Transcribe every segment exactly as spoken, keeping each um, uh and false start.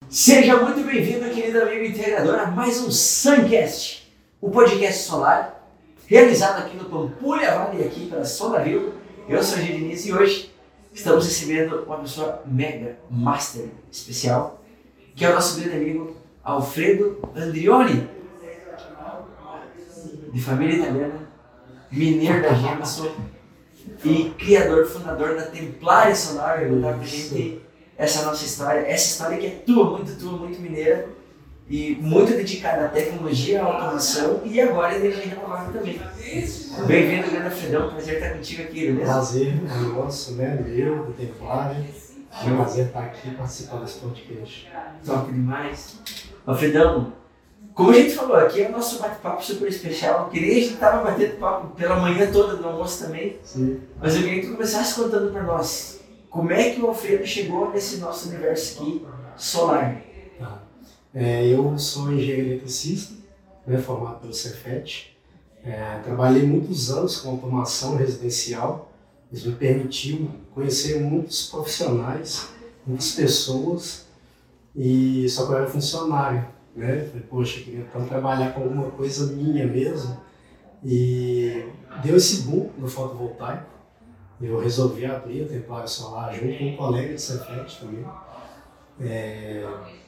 Seja muito bem-vindo, querido amigo integrador, a mais um Suncast, o podcast solar, realizado aqui no Pampulha Vale, aqui para Solarville. Eu sou o Gil Diniz e hoje estamos recebendo uma pessoa mega master especial, que é o nosso grande amigo Alfredo Andrioli, de família italiana, mineiro da Jameson e criador, fundador da Templária Solar. Vai contar pra gente essa nossa história, essa história que é tua, muito tua, muito mineira e muito dedicada à tecnologia, à automação e agora à energia renovável também. Bem-vindo, grande Alfredão, prazer estar contigo aqui, beleza? Prazer, é nosso, né? Meu, do Templária. É um prazer estar aqui participando desse podcast. Top demais. Alfredão, como a gente falou, aqui é o nosso bate-papo super especial. Queria a gente tava batendo papo pela manhã toda no almoço também. Sim. Mas eu queria que tu começasse contando para nós como é que o Alfredo chegou nesse nosso universo aqui solar. Tá. É, eu sou engenheiro eletricista, né, formado pelo Cefet. É, trabalhei muitos anos com automação residencial. Isso me permitiu conhecer muitos profissionais, muitas pessoas, e só que eu era funcionário, né? Falei, poxa, eu queria então trabalhar com alguma coisa minha mesmo. E deu esse boom no fotovoltaico. Eu resolvi abrir a Templária Solar junto com um colega de Cefet também. É,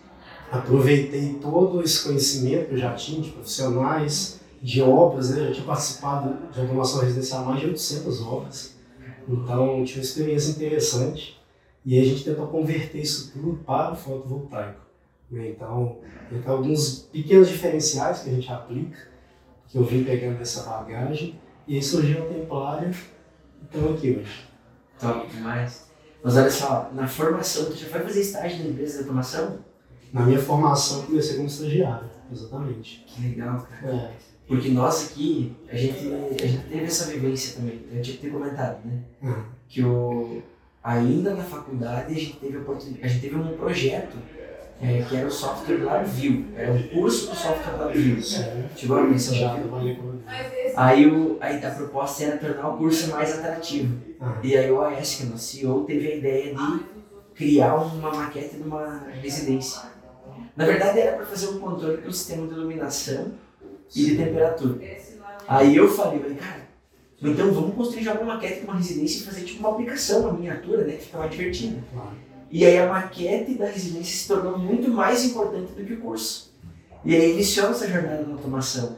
aproveitei todo esse conhecimento que eu já tinha de profissionais, de obras, né? Eu já tinha participado de automação residencial mais de oitocentas obras. Então, tinha uma experiência interessante e a gente tentou converter isso tudo para o fotovoltaico. Então, tem alguns pequenos diferenciais que a gente aplica, que eu vim pegando dessa bagagem, e aí surgiu a Templária e estamos aqui hoje. Top demais. Mas olha só, na formação, tu já foi fazer estágio na empresa de automação? Na minha formação, eu comecei como estagiário, exatamente. Que legal, cara. É. Porque nós aqui, a gente, a gente teve essa vivência também, eu tinha que ter comentado, né? Uhum. Que o, ainda na faculdade a gente teve, a oportunidade, a gente teve um projeto é, que era o software LabVIEW, era um curso do software LabVIEW. Chegou a mencionar? Já trabalhei com ele. Aí, o, aí a proposta era tornar o curso mais atrativo. Ah. E aí o A S, que é o nosso C E O, teve a ideia de criar uma maquete de uma residência. Na verdade era para fazer um controle do sistema de iluminação e de temperatura. Aí eu falei, falei, cara, então vamos construir já uma maquete de uma residência e fazer tipo uma aplicação, uma miniatura, né, que fica mais divertida. Claro. E aí a maquete da residência se tornou muito mais importante do que o curso. E aí iniciou essa jornada na automação.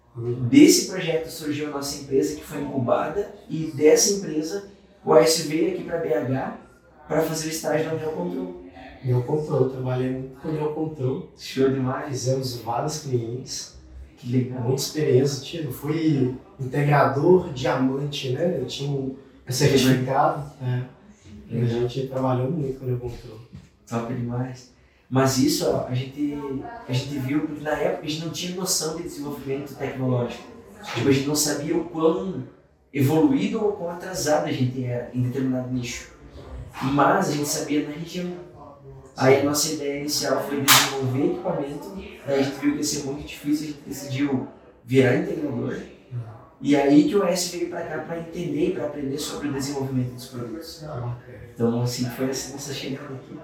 Desse projeto surgiu a nossa empresa, que foi incubada, e dessa empresa o A S veio aqui para B H para fazer o estágio na Neocontrol. Neocontrol, trabalhei muito com Neocontrol. Show demais. Fizemos vários clientes. Que legal. Muita experiência, tipo, fui integrador diamante, né? Eu tinha um certificado, né? E a gente trabalhou muito com o Neocontrol. Top demais. Mas isso, ó, a gente, a gente viu, porque na época a gente não tinha noção de desenvolvimento tecnológico. Tipo, a gente não sabia o quão evoluído ou quão atrasado a gente era em determinado nicho. Mas a gente sabia na região. Aí a nossa ideia inicial foi desenvolver equipamento, daí a gente viu que ia ser muito difícil, a gente decidiu virar integrador. E aí que o S veio para cá para entender e para aprender sobre o desenvolvimento dos produtos. Então assim foi essa nossa chegada aqui.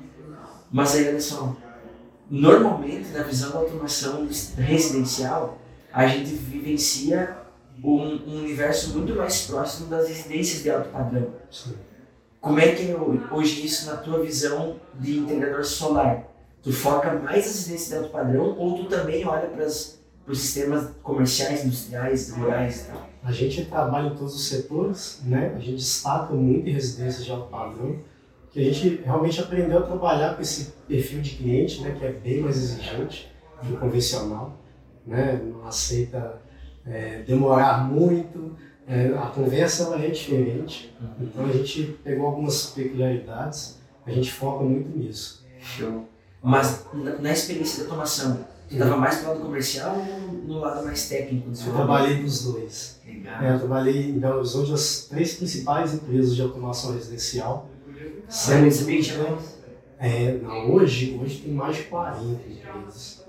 Mas aí olha só, normalmente na visão da automação residencial, a gente vivencia um, um universo muito mais próximo das residências de alto padrão. Sim. Como é que é hoje isso na tua visão de integrador solar? Tu foca mais nas residências de alto padrão ou tu também olha para os sistemas comerciais, industriais, rurais e tal? A gente trabalha em todos os setores, né? A gente destaca muito em residências de alto padrão, que a gente realmente aprendeu a trabalhar com esse perfil de cliente, né? Que é bem mais exigente do convencional, né? Não aceita é, demorar muito. É, a conversa ela é diferente, então a gente pegou algumas peculiaridades, a gente foca muito nisso. Show. Mas na, na experiência de automação, tu estava mais pro lado comercial ou no lado mais técnico? Eu trabalhei dos dois. Legal. É, eu trabalhei em Belo Horizonte as três principais empresas de automação residencial. Você nem sabia que tinha mais? É, não, hoje, hoje tem mais de quarenta empresas.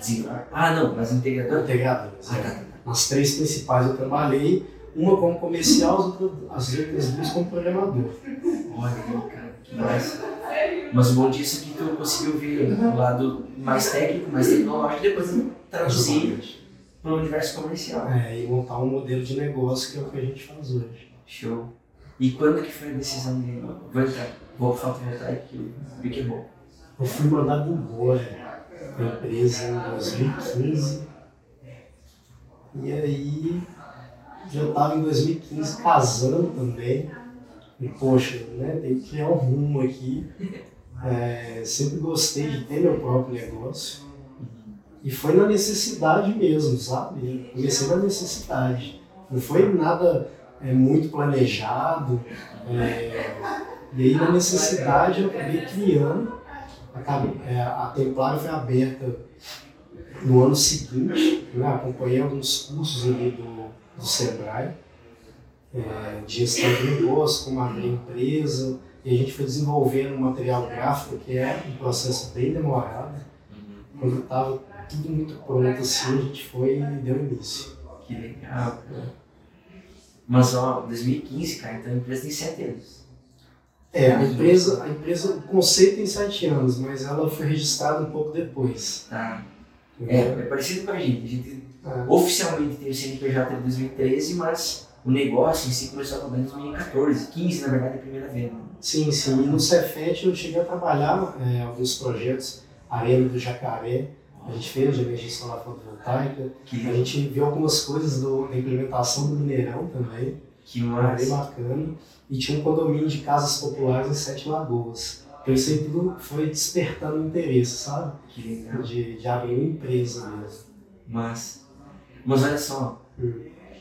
Ah não, mas integrador? Integradoras. Ah, É. tá, tá. Nas três principais eu trabalhei, uma como comercial, as outras, as outras duas como programador. Olha aí, cara, que massa. Mas o bom disso é que tu conseguiu ver o lado mais técnico, mais tecnológico, e depois traduzir para o universo comercial. É, e montar um modelo de negócio que é o que a gente faz hoje. Show. E quando que foi a decisão de vou entrar, vou voltar que eu vi que é bom? Eu fui mandado embora da empresa em dois mil e quinze. E aí, já estava em dois mil e quinze casando também. E, poxa, né, tem que criar um rumo aqui. É, sempre gostei de ter meu próprio negócio. E foi na necessidade mesmo, sabe? Eu comecei na necessidade. Não foi nada é, muito planejado. É, e aí, na necessidade, eu acabei criando. Acabei, é, a Templário foi aberta no ano seguinte, né? Acompanhei alguns cursos ali do, do Sebrae, é, de gestão de negócio, como abrir empresa, e a gente foi desenvolvendo um material gráfico que é um processo bem demorado. Quando estava tudo muito pronto assim, a gente foi e deu início. Que legal, cara. Mas ó, dois mil e quinze, cara, então a empresa tem sete anos. É, a empresa, a empresa, o conceito tem sete anos, mas ela foi registrada um pouco depois. Tá. É, é parecido com a gente. A gente é. Oficialmente tem o C N P J em dois mil e treze, mas o negócio em si começou a trabalhar em dois mil e quatorze, quinze na verdade é a primeira vez. Né? Sim, sim. E no Cefet eu cheguei a trabalhar é, alguns projetos, Arena do Jacaré, a gente fez de energia solar fotovoltaica, que a gente viu algumas coisas do, da implementação do Mineirão também, que foi bem bacana, e tinha um condomínio de casas populares em Sete Lagoas. Então isso aí tudo foi despertando interesse, sabe? Que legal. De, de abrir uma empresa mesmo. Mas, mas olha só, hum.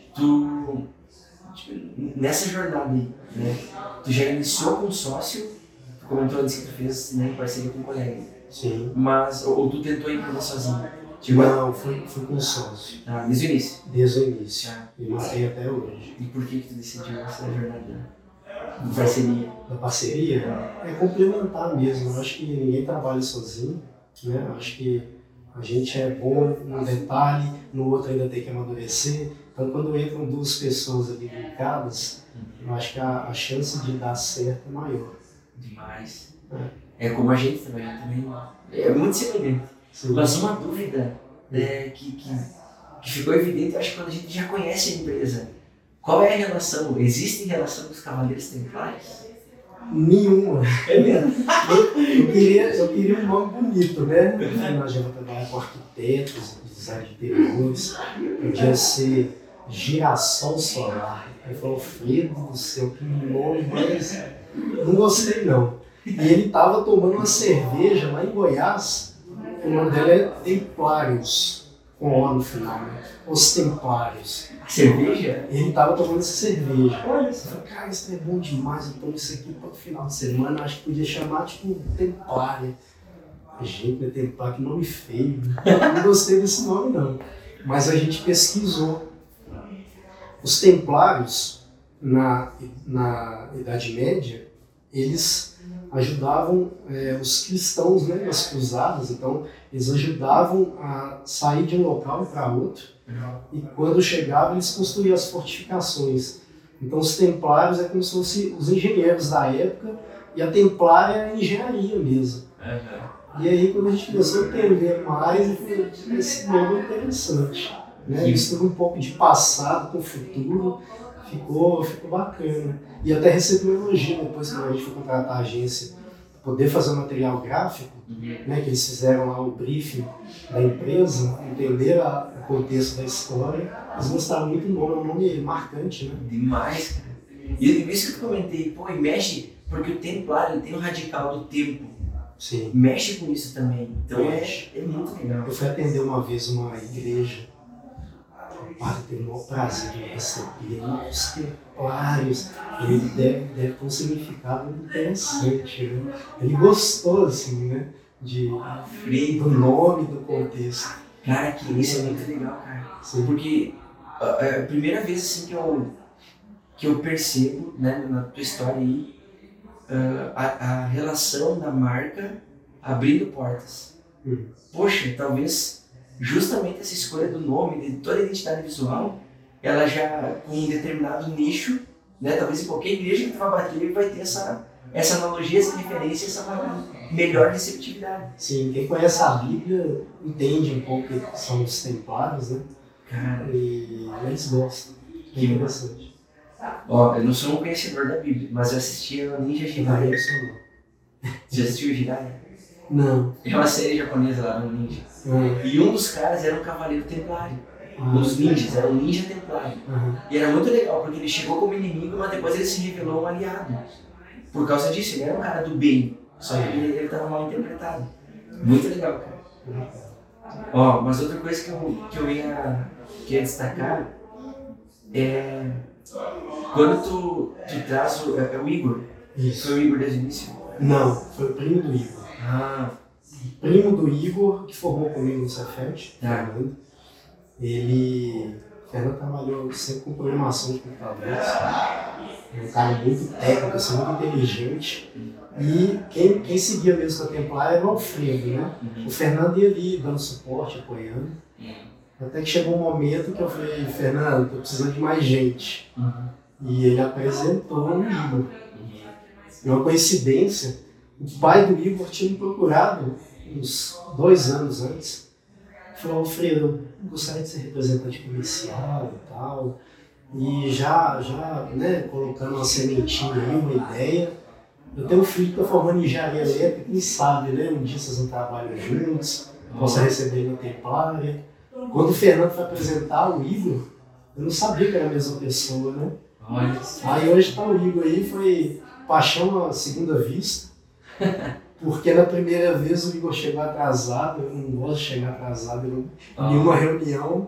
tu, tipo, nessa jornada aí, né, tu já iniciou com sócio, tu comentou antes que tu fez, né, em parceria com um colega. Sim. Mas, ou, ou tu tentou empreender sozinho? Tipo, não, fui, fui com sócio. Ah, desde o início? Desde o início. Ah. E mantém até hoje. E por que que tu decidiu essa jornada de parceria? Da parceria? É complementar mesmo. Eu acho que ninguém trabalha sozinho, né? Eu acho que a gente é bom num detalhe, no outro ainda tem que amadurecer. Então, quando entram duas pessoas ali ligadas, eu acho que a, a chance de dar certo é maior. Demais. É, é como a gente também, a gente também é muito semelhante. Sim. Mas uma dúvida né, que, que, que ficou evidente, eu acho que quando a gente já conhece a empresa, qual é a relação? Existe relação com os Cavaleiros Templários? Nenhuma. É mesmo? Eu, eu, queria, eu queria um nome bonito, né? Nós já vamos trabalhar com arquitetos, design de interiores, podia ser Girassol Solar. Aí falou, Fredo do céu, que nome, mas não gostei não. E ele estava tomando uma cerveja lá em Goiás, o nome dela é Templários, com O no final, né? Os Templários. Cerveja? Ele estava tomando essa cerveja. Olha só. Cara, isso é bom demais, eu tomo isso aqui todo final de semana, acho que podia chamar tipo Templário. Gente, né, Templário, que nome feio. Eu não gostei desse nome não. Mas a gente pesquisou. Os Templários, na, na Idade Média, eles ajudavam é, os cristãos, né, nas cruzadas, então eles ajudavam a sair de um local para outro e quando chegavam eles construíam as fortificações. Então os templários é como se fossem os engenheiros da época e a templária é a engenharia mesmo. Uhum. E aí quando a gente começou a entender mais, esse nome é interessante, né? Mistura um pouco de passado com o futuro. Ficou, ficou bacana. E até recebi um elogio depois que a gente foi contratar a agência para poder fazer o material gráfico, uhum. né, que eles fizeram lá o briefing da empresa, entenderam a, o contexto da história. Eles gostaram muito do nome, é um nome marcante, né? Demais, cara. E isso que eu comentei, pô, e mexe, porque o templário ele tem o radical do tempo. Sim. Mexe com isso também. Então é, é muito legal. Eu fui atender uma vez uma igreja. O padre teve o maior prazer de receber os templários. Ele deve, deve ter um significado interessante, né? Ele gostou, assim, né? De, do nome, do contexto. Cara, que isso é muito legal, cara. Sim. Porque a, a primeira vez assim, que, eu, que eu percebo, né, na tua história aí, a, a relação da marca abrindo portas. Hum. Poxa, talvez justamente essa escolha do nome, de toda a identidade visual, ela já com um determinado nicho, né, talvez em qualquer igreja que tu vai bater vai ter essa, essa analogia, essa referência, essa melhor receptividade. Sim, quem conhece a Bíblia entende um pouco o que são os templários, né? Cara, e eles gostam. Que interessante. Ó, eu não sou um conhecedor da Bíblia, mas eu assisti a Ninja Não, Jiraiya. isso não. Você já assistiu o Jiraiya? Não. É uma série japonesa lá no Ninja. Uhum. E um dos caras era um cavaleiro templário. Um dos ninjas, era um ninja templário. Uhum. E era muito legal, porque ele chegou como inimigo, mas depois ele se revelou um aliado. Por causa disso, ele era um cara do bem, só que ele, ele tava mal interpretado. Muito legal, cara. Ó, mas outra coisa que eu, que eu ia, que ia destacar é quando tu, tu traz o, é, é o Igor. Isso. Foi o Igor desde o início? Não, foi o primo do Igor. Ah. Primo do Igor, que formou comigo no Cefet, Ah. Fernando. Ele, Fernando trabalhou sempre com programação de computadores. É um cara muito técnico, assim, muito inteligente. E quem, quem seguia mesmo com a Templar era o Alfredo, né? Uhum. O Fernando ia ali dando suporte, apoiando. Até que chegou um momento que eu falei, Fernando, tô precisando de mais gente. Uhum. E ele apresentou o Igor. E uma coincidência, o pai do Igor tinha me procurado uns dois anos antes. Falou, Alfredo, eu gostaria de ser representante comercial e tal. E já, já né, colocando uma sementinha aí, uma ideia. Eu tenho um filho que está formando em engenharia elétrica, quem sabe, né? Um dia vocês não trabalham juntos, possa receber na Templária. Quando o Fernando foi apresentar o Igor, eu não sabia que era a mesma pessoa, né? Olha. Aí hoje tá o Igor aí, foi paixão à segunda vista. Porque na primeira vez o Igor chegou atrasado, eu não gosto de chegar atrasado em nenhuma reunião.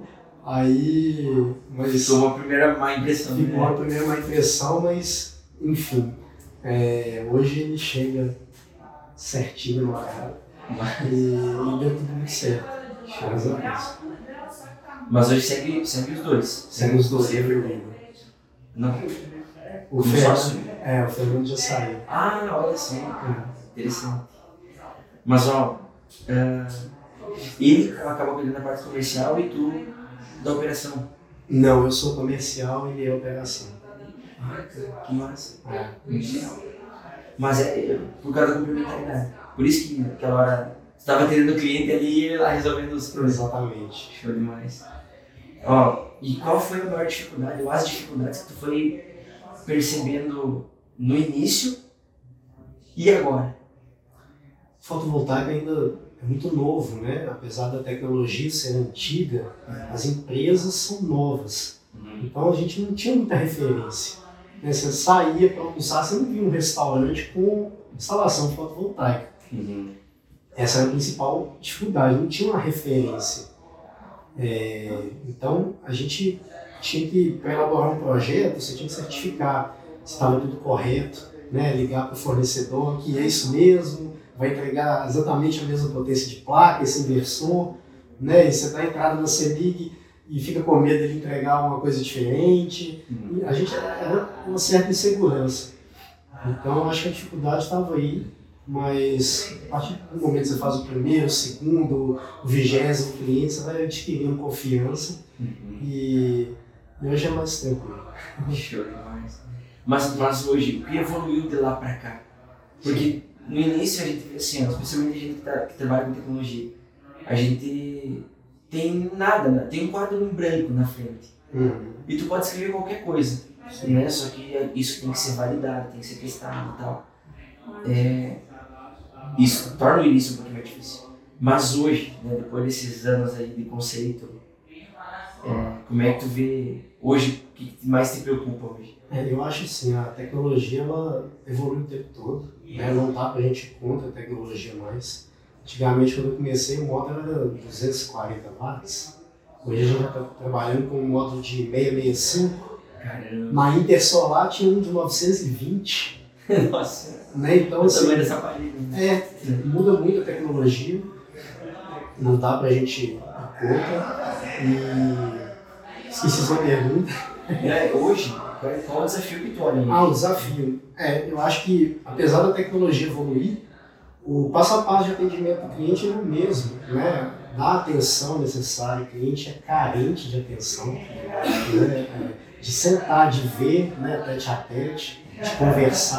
Aí, mas Ficou uma primeira má impressão. ficou Né? a primeira má impressão, mas enfim. É, hoje ele chega certinho no horário e, e deu tudo muito certo. Graças a Deus. Mas hoje segue, segue os dois. Segue os dois. Você e o Igor. Não. O Como Fernando, sócio? é, o Fernando já saiu. Ah, olha só. Interessante. Mas ó, uh, ele acabou cuidando da parte comercial e tu da operação. Não, eu sou comercial e ele é operação. Ah, que massa. É. Mas é por causa da complementaridade. Por isso que aquela hora você estava atendendo o cliente ali e ele lá resolvendo os problemas. Exatamente. Show demais. Ó, e qual foi a maior dificuldade, ou as dificuldades que tu foi percebendo no início e agora? Fotovoltaico ainda é muito novo, né? Apesar da tecnologia ser antiga, as empresas são novas. Então a gente não tinha muita referência. Né? Você saía para almoçar, você não via um restaurante com instalação fotovoltaica. Uhum. Essa era a principal dificuldade, não tinha uma referência. É, então a gente tinha que, para elaborar um projeto, você tinha que certificar se estava tudo correto, né? Ligar para o fornecedor que é isso mesmo, vai entregar exatamente a mesma potência de placa, esse inversor, né? E você dá entrada na CEMIG e fica com medo de ele entregar uma coisa diferente. Uhum. E a gente era uma certa insegurança. Então eu acho que a dificuldade estava aí, mas a partir do momento que você faz o primeiro, o segundo, o vigésimo cliente, você vai adquirindo confiança. Uhum. E, e hoje é mais tranquilo. Show demais. Mas, mas hoje, o que evoluiu de lá pra cá? Porque no início a gente, assim, ó, especialmente a gente que, tá, que trabalha com tecnologia, a gente tem nada, né? Tem um quadro em branco na frente. Uhum. E tu pode escrever qualquer coisa, né? Só que isso tem que ser validado, tem que ser testado e tal. É, isso torna o início um pouquinho mais difícil. Mas hoje, né, depois desses anos aí de conceito, é, como é que tu vê hoje, o que mais te preocupa hoje? É, eu acho assim, a tecnologia ela evolui o tempo todo, né? Não dá pra gente ir contra a tecnologia mais. Antigamente, quando eu comecei, o módulo era duzentos e quarenta watts. Hoje a gente já está trabalhando com um módulo de seiscentos e sessenta e cinco. Caramba. Na Intersolar tinha um de novecentos e vinte. Nossa, Né? Então, o assim, tamanho dessa parede. Né? é, muda muito a tecnologia. Não dá pra gente ir contra. E esqueci sua pergunta. É, hoje, qual, qual é o desafio que tu olha hoje? Ah, o desafio. É, eu acho que, apesar da tecnologia evoluir, o passo a passo de atendimento do cliente é o mesmo, né? Dá a atenção necessária, o cliente é carente de atenção, né? De sentar, de ver, né, tete a tete, de conversar,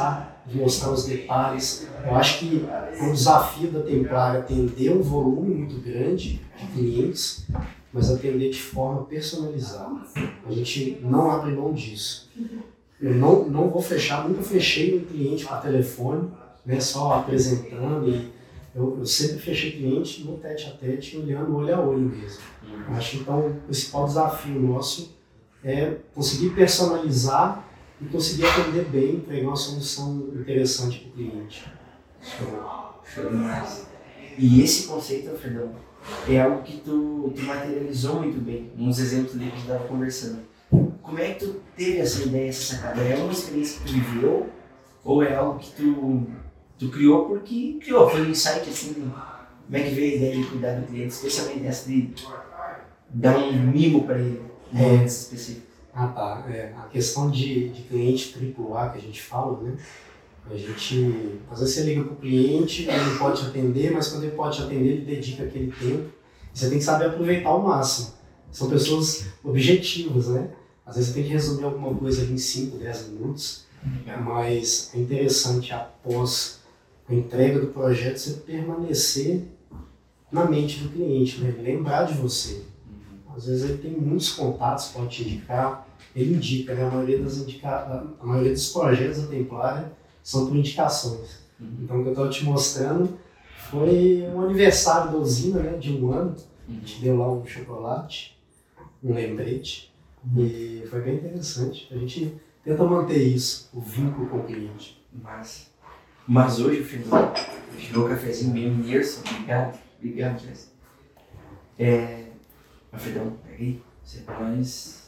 de mostrar os detalhes. Eu acho que é um desafio da Templária atender um volume muito grande de clientes, mas atender de forma personalizada. A gente não abre mão disso. Eu não, não vou fechar, nunca fechei um cliente por telefone, né, só apresentando. E eu, eu sempre fechei cliente no tete a tete, olhando olho a olho mesmo. Eu acho que então o principal desafio nosso é conseguir personalizar e conseguir atender bem, entregar uma solução interessante para o cliente. Show, show demais. E esse conceito, Alfredão, é algo que tu, tu materializou muito bem, uns exemplos ali que a gente estava conversando. Como é que tu teve essa ideia, essa sacada? É uma experiência que tu viveu ou é algo que tu, tu criou porque criou? Foi um insight assim, como é que veio a ideia de cuidar do cliente, especialmente essa de dar um mimo para ele, em momentos específicos? Ah tá, é, a questão de, de cliente triplo A que a gente fala, né? A gente, às vezes você liga para o cliente, ele não pode te atender, mas quando ele pode te atender, ele dedica aquele tempo. Você tem que saber aproveitar ao máximo. São pessoas objetivas, né? Às vezes você tem que resumir alguma coisa ali em cinco, dez minutos, mas é interessante após a entrega do projeto você permanecer na mente do cliente, né? Lembrar de você. Às vezes ele tem muitos contatos, pode te indicar, ele indica, né? A maioria, das indica... a maioria dos projetos da Templária são por indicações. Uhum. Então o que eu estou te mostrando foi um aniversário da usina, né, de um ano. Uhum. A gente deu lá um chocolate, um lembrete, uhum. E foi bem interessante. A gente tenta manter isso, o vínculo com o cliente. Mas, mas hoje o Fernando tirou o cafezinho meio Nierson, obrigado, obrigado, Jess. É, Alfredão, pega aí, você para nós.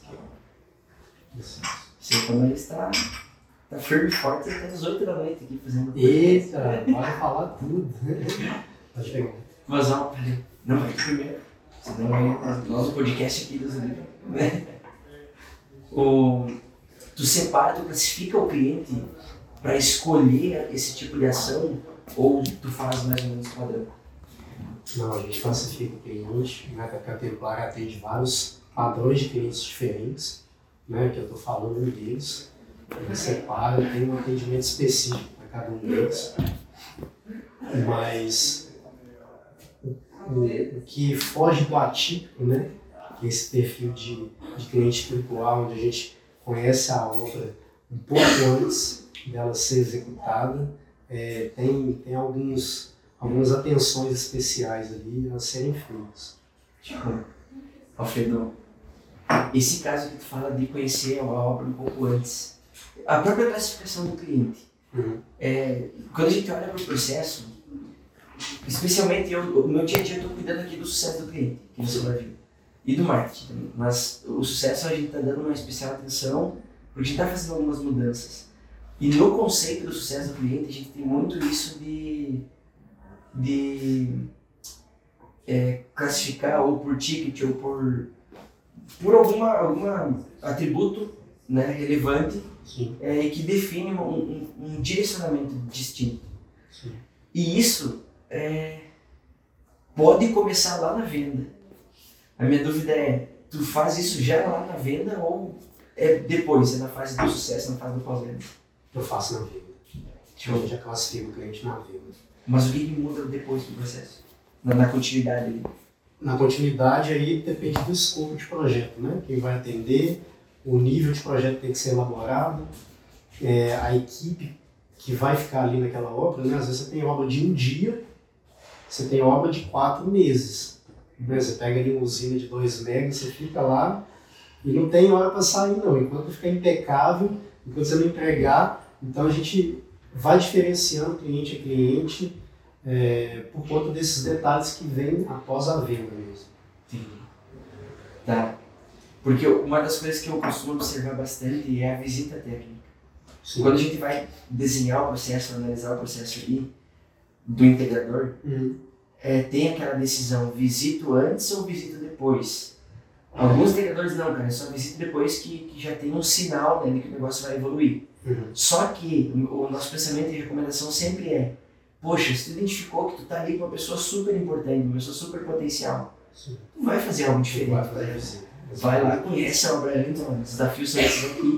Você para nós está... Tá firme e forte até as oito da noite aqui fazendo. Eita, vai falar tudo. Pode pegar. Mas não, peraí. Não, vai primeiro. Senão é nosso podcast aqui, Deus livre. Né? O, tu separa, tu classifica o cliente para escolher esse tipo de ação ou tu faz mais ou menos padrão? Não, a gente classifica o cliente, né? Porque a Templária atende vários padrões de clientes diferentes, né? Que eu estou falando um deles. Ele separa, tem um atendimento específico para cada um deles, mas o, o, o que foge do atípico, né, que é esse perfil de, de cliente triplo A, onde a gente conhece a obra um pouco antes dela ser executada, é, tem, tem alguns, algumas atenções especiais ali a serem feitas. Tipo, Alfredo, esse caso que tu fala de conhecer a obra um pouco antes, a própria classificação do cliente. Uhum. É, quando a gente olha para o processo, especialmente eu, no meu dia a dia eu estou cuidando aqui do sucesso do cliente, que você vai ver, e do marketing também. Mas o sucesso a gente está dando uma especial atenção, porque a gente está fazendo algumas mudanças. E no conceito do sucesso do cliente, a gente tem muito isso de, de é, classificar ou por ticket ou por, por alguma, alguma atributo, né, relevante, é, que define um, um, um direcionamento distinto. Sim. E isso é, pode começar lá na venda. A minha dúvida é, tu faz isso já lá na venda ou é depois, é na fase do sucesso, na fase do pós-venda? Eu faço na venda. Tipo, eu já classifico o cliente na venda. Mas o que muda depois do processo? Na, na continuidade ali? Na continuidade aí depende do escopo de projeto, né? Quem vai atender, o nível de projeto tem que ser elaborado, é, a equipe que vai ficar ali naquela obra, né? Às vezes você tem obra de um dia, você tem obra de quatro meses. Né? Você pega ali uma usina de dois megas, você fica lá e não tem hora para sair não, enquanto ficar impecável, enquanto você não entregar. Então a gente vai diferenciando cliente a cliente é, por conta desses detalhes que vêm após a venda mesmo. Entendi. Tá. Porque uma das coisas que eu costumo observar bastante é a visita técnica. Sim. Quando a gente vai desenhar o processo, analisar o processo ali do integrador, uhum. é, tem aquela decisão, visito antes ou visito depois? Alguns integradores não, cara, só visito depois que, que já tem um sinal, né, de que o negócio vai evoluir. Uhum. Só que o nosso pensamento e recomendação sempre é, poxa, se tu identificou que tu tá ali com uma pessoa super importante, uma pessoa super potencial, Sim. tu vai fazer algo diferente. Vai, fazer. Vai lá, conhece a obra antes, os desafios são esses aqui,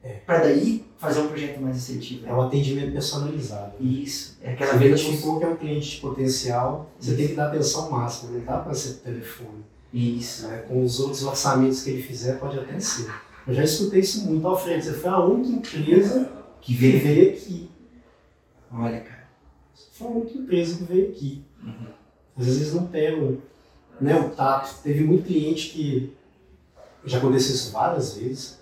É. Para daí fazer um projeto mais assertivo. É o atendimento personalizado. Isso. É aquela Você venda identificou que é um cliente de potencial, você tem que dar atenção máxima, não dá para ser telefone. Isso. Né? Com os outros orçamentos que ele fizer, pode até ser. Eu já escutei isso muito, Alfredo. Você foi a única empresa Que que veio. veio aqui. Olha, cara. Você foi a única empresa que veio aqui. Uhum. Às vezes não pegam, né, o tato. Teve muito cliente que, já aconteceu isso várias vezes,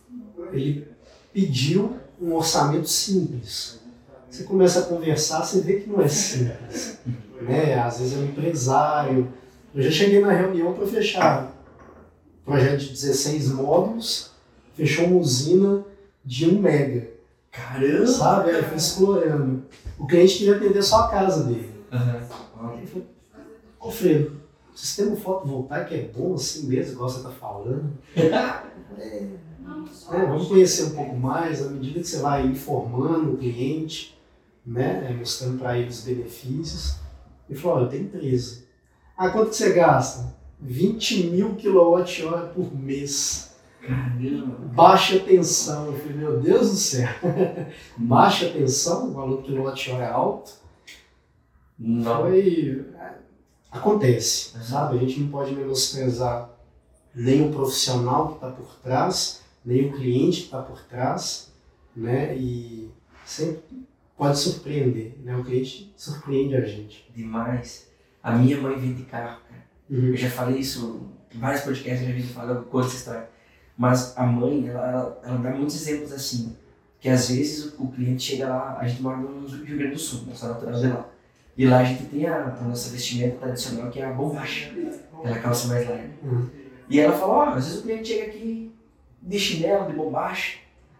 ele pediu um orçamento simples. Você começa a conversar, você vê que não é simples. Né? Às vezes é um empresário. Eu já cheguei na reunião para fechar um projeto de dezesseis módulos, fechou uma usina de um mega. Caramba! Sabe? Ele foi explorando. O cliente queria atender só a casa dele. Uhum. Ele falou, Alfredo, o sistema fotovoltaico é bom assim mesmo, igual você está falando. é, é, vamos conhecer um pouco mais, à medida que você vai informando o cliente, né, mostrando para ele os benefícios. Ele falou, olha, eu tenho treze. Ah, quanto que você gasta? vinte mil quilowatt-hora por mês. Caramba! Baixa tensão. Eu falei, meu Deus do céu. Baixa tensão, o valor do quilowatt-hora é alto. Não. Foi... Acontece, sabe? A gente não pode menosprezar nem o profissional que está por trás, nem o cliente que está por trás, né? E sempre pode surpreender, né? O cliente surpreende a gente. Demais. A minha mãe vem de carro, cara. Uhum. Eu já falei isso em vários podcasts, a gente fala conta essa história. Mas a mãe, ela, ela, ela dá muitos exemplos assim, que às vezes o, o cliente chega lá, a gente mora no Rio Grande do Sul, na zona natural de lá. E lá a gente tem a, a nossa vestimenta tradicional, que é a bombacha, aquela calça mais larga. Uhum. E ela fala, ó, às vezes o cliente chega aqui de chinelo, de bombacha,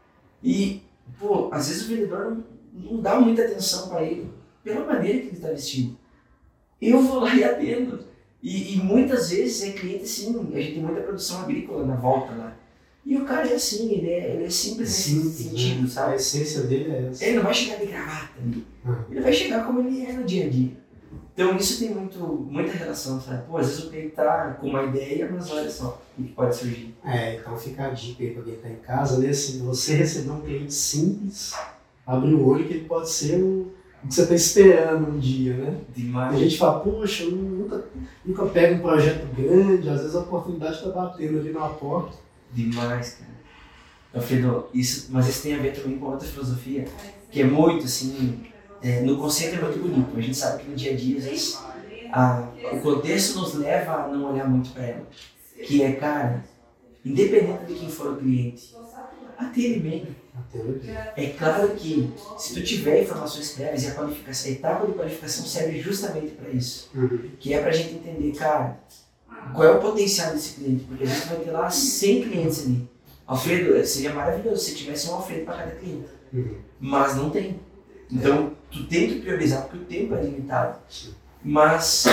e, pô, às vezes o vendedor não, não dá muita atenção para ele, pela maneira que ele está vestido. Eu vou lá e atendo. E, e muitas vezes é cliente assim, a gente tem muita produção agrícola na volta lá. E o cara é assim, ele é, ele é simples Sim, nesse sentido, né? sabe? A essência dele é essa. Ele não vai chegar de gravata ali. Uhum. Ele vai chegar como ele é no dia a dia. Então isso tem muito, muita relação, sabe? Pô, às vezes o cliente tá com uma ideia, mas olha só o que pode surgir. É, então fica a dica aí para quem está em casa, né? Se você receber um cliente simples, abre o olho que ele pode ser o que você está esperando um dia, né? Demais. A gente fala, poxa, eu nunca, nunca pego um projeto grande, às vezes a oportunidade está batendo ali na porta. Demais, cara. Alfredo, isso, mas isso tem a ver também com outra filosofia, que é muito assim, é, no conceito é muito bonito, a gente sabe que no dia a dia, às vezes, a, o contexto nos leva a não olhar muito para ela, que é, cara, independente de quem for o cliente, atende bem. É claro que se tu tiver informações prévias, e a qualificação, a etapa de qualificação serve justamente para isso, Uhum. que é pra gente entender, cara, qual é o potencial desse cliente, porque a gente vai ter lá cem clientes ali. Alfredo, seria maravilhoso se tivesse um Alfredo para cada cliente, Uhum. mas não tem. Então, tu tem que priorizar, porque o tempo é limitado. Mas,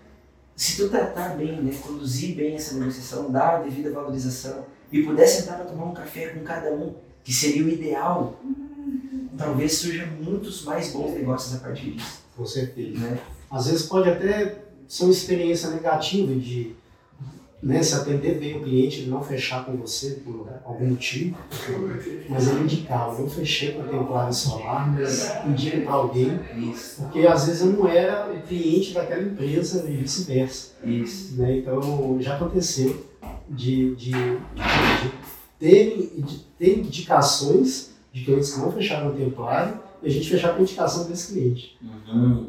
se tu tratar bem, né, conduzir bem essa negociação, dar a devida valorização, e puder sentar para tomar um café com cada um, que seria o ideal, talvez surjam muitos mais bons negócios a partir disso. Com certeza. Né? Às vezes pode até ser uma experiência negativa de, né, se atender bem o cliente, ele não fechar com você por algum motivo, mas ele indicar, eu não fechei com a Templária Solar, mas indica para alguém, Isso. porque às vezes eu não era o cliente daquela empresa e vice-versa. Isso. Né? Então já aconteceu de, de, de, ter, de ter indicações de clientes que não fecharam o Templário e a gente fechar com a indicação desse cliente. Uhum.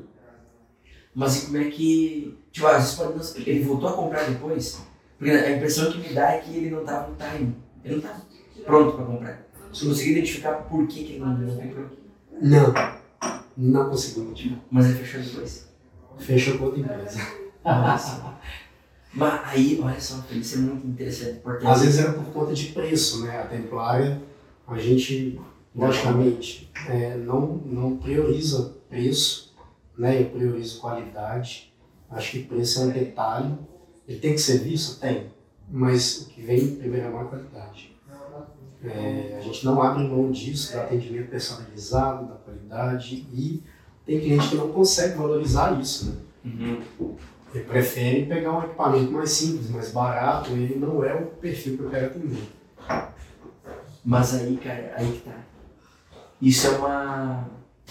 Mas e como é que... Tipo, às vezes pode não... ele voltou a comprar depois? Porque a impressão que me dá é que ele não estava no time. Ele não estava pronto para comprar. Você conseguiu identificar por que, que ele não, não comprou? Não, não consegui identificar. Mas ele fechou depois. Fechou com outra empresa. Nossa. Mas aí, olha só, isso é muito interessante. Porque Às vezes era por conta de preço, né? A Templária, a gente, logicamente, é, não, não prioriza preço, né? Eu priorizo qualidade. Acho que preço é um detalhe. Ele tem que ser visto? Tem. Mas o que vem em primeira mão é a qualidade. É, a gente não abre mão disso, do atendimento personalizado, da qualidade. E tem cliente que não consegue valorizar isso, né? Uhum. Ele prefere pegar um equipamento mais simples, mais barato, ele não é o perfil que eu quero atender. Mas aí, cara, aí que tá. Isso é uma...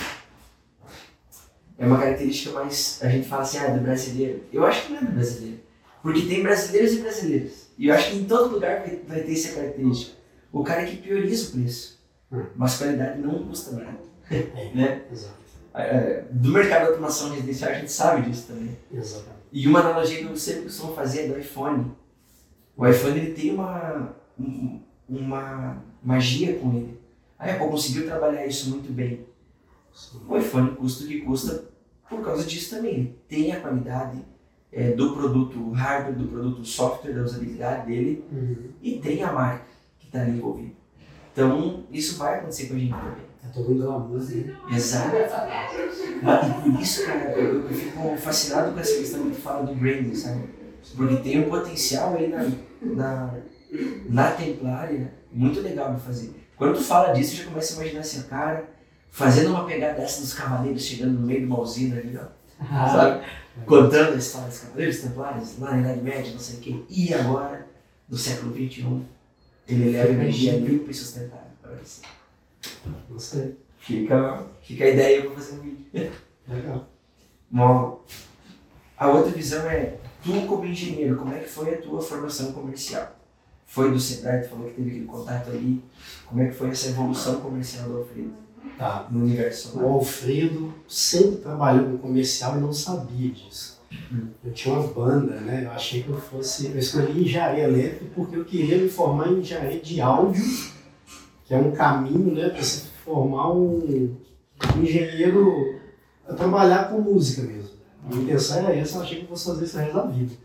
É uma característica mais... A gente fala assim, ah, do brasileiro. Eu acho que não é do brasileiro. Porque tem brasileiros e brasileiros. E eu acho que em todo lugar vai, vai ter essa característica. O cara que prioriza o preço. Hum. Mas qualidade não custa barato. É, né? Exato. Do mercado de automação residencial a gente sabe disso também. Exatamente. E uma analogia que eu sempre costumo fazer é do iPhone. O iPhone ele tem uma, uma magia com ele. A Apple conseguiu trabalhar isso muito bem. Sim. O iPhone custa o que custa por causa disso também. Ele tem a qualidade é, do produto hardware, do produto software, da usabilidade dele, uhum. e tem a marca que está ali envolvida. Então, isso vai acontecer com a gente também. É todo um glamour, né? Exato. E por isso, cara, eu, eu fico fascinado com essa questão que tu fala do branding, sabe? Porque tem um potencial aí na, na, na Templária muito legal de fazer. Quando tu fala disso, eu já começo a imaginar assim, o cara fazendo uma pegada dessa dos cavaleiros, chegando no meio de uma usina ali, ó. Ah, sabe? É. Contando a história dos cavaleiros templários, lá na Idade Média, não sei o quê. E agora, no século vinte e um, ele leva energia limpa e sustentável. Não sei. Fica, fica a ideia para fazer um vídeo. Legal. Bom, a outra visão é, tu como engenheiro, como é que foi a tua formação comercial? Foi do Sebrae, tu falou que teve aquele contato ali. Como é que foi essa evolução comercial do Alfredo? Tá. No universo solar? O Alfredo sempre trabalhou no comercial e não sabia disso. Hum. Eu tinha uma banda, né? Eu achei que eu fosse... Eu escolhi engenharia elétrica porque eu queria me formar em engenharia de áudio, que é um caminho, né, para se formar um, um engenheiro a trabalhar com música mesmo. A minha intenção era essa, eu achei que eu fosse fazer isso no resto da vida.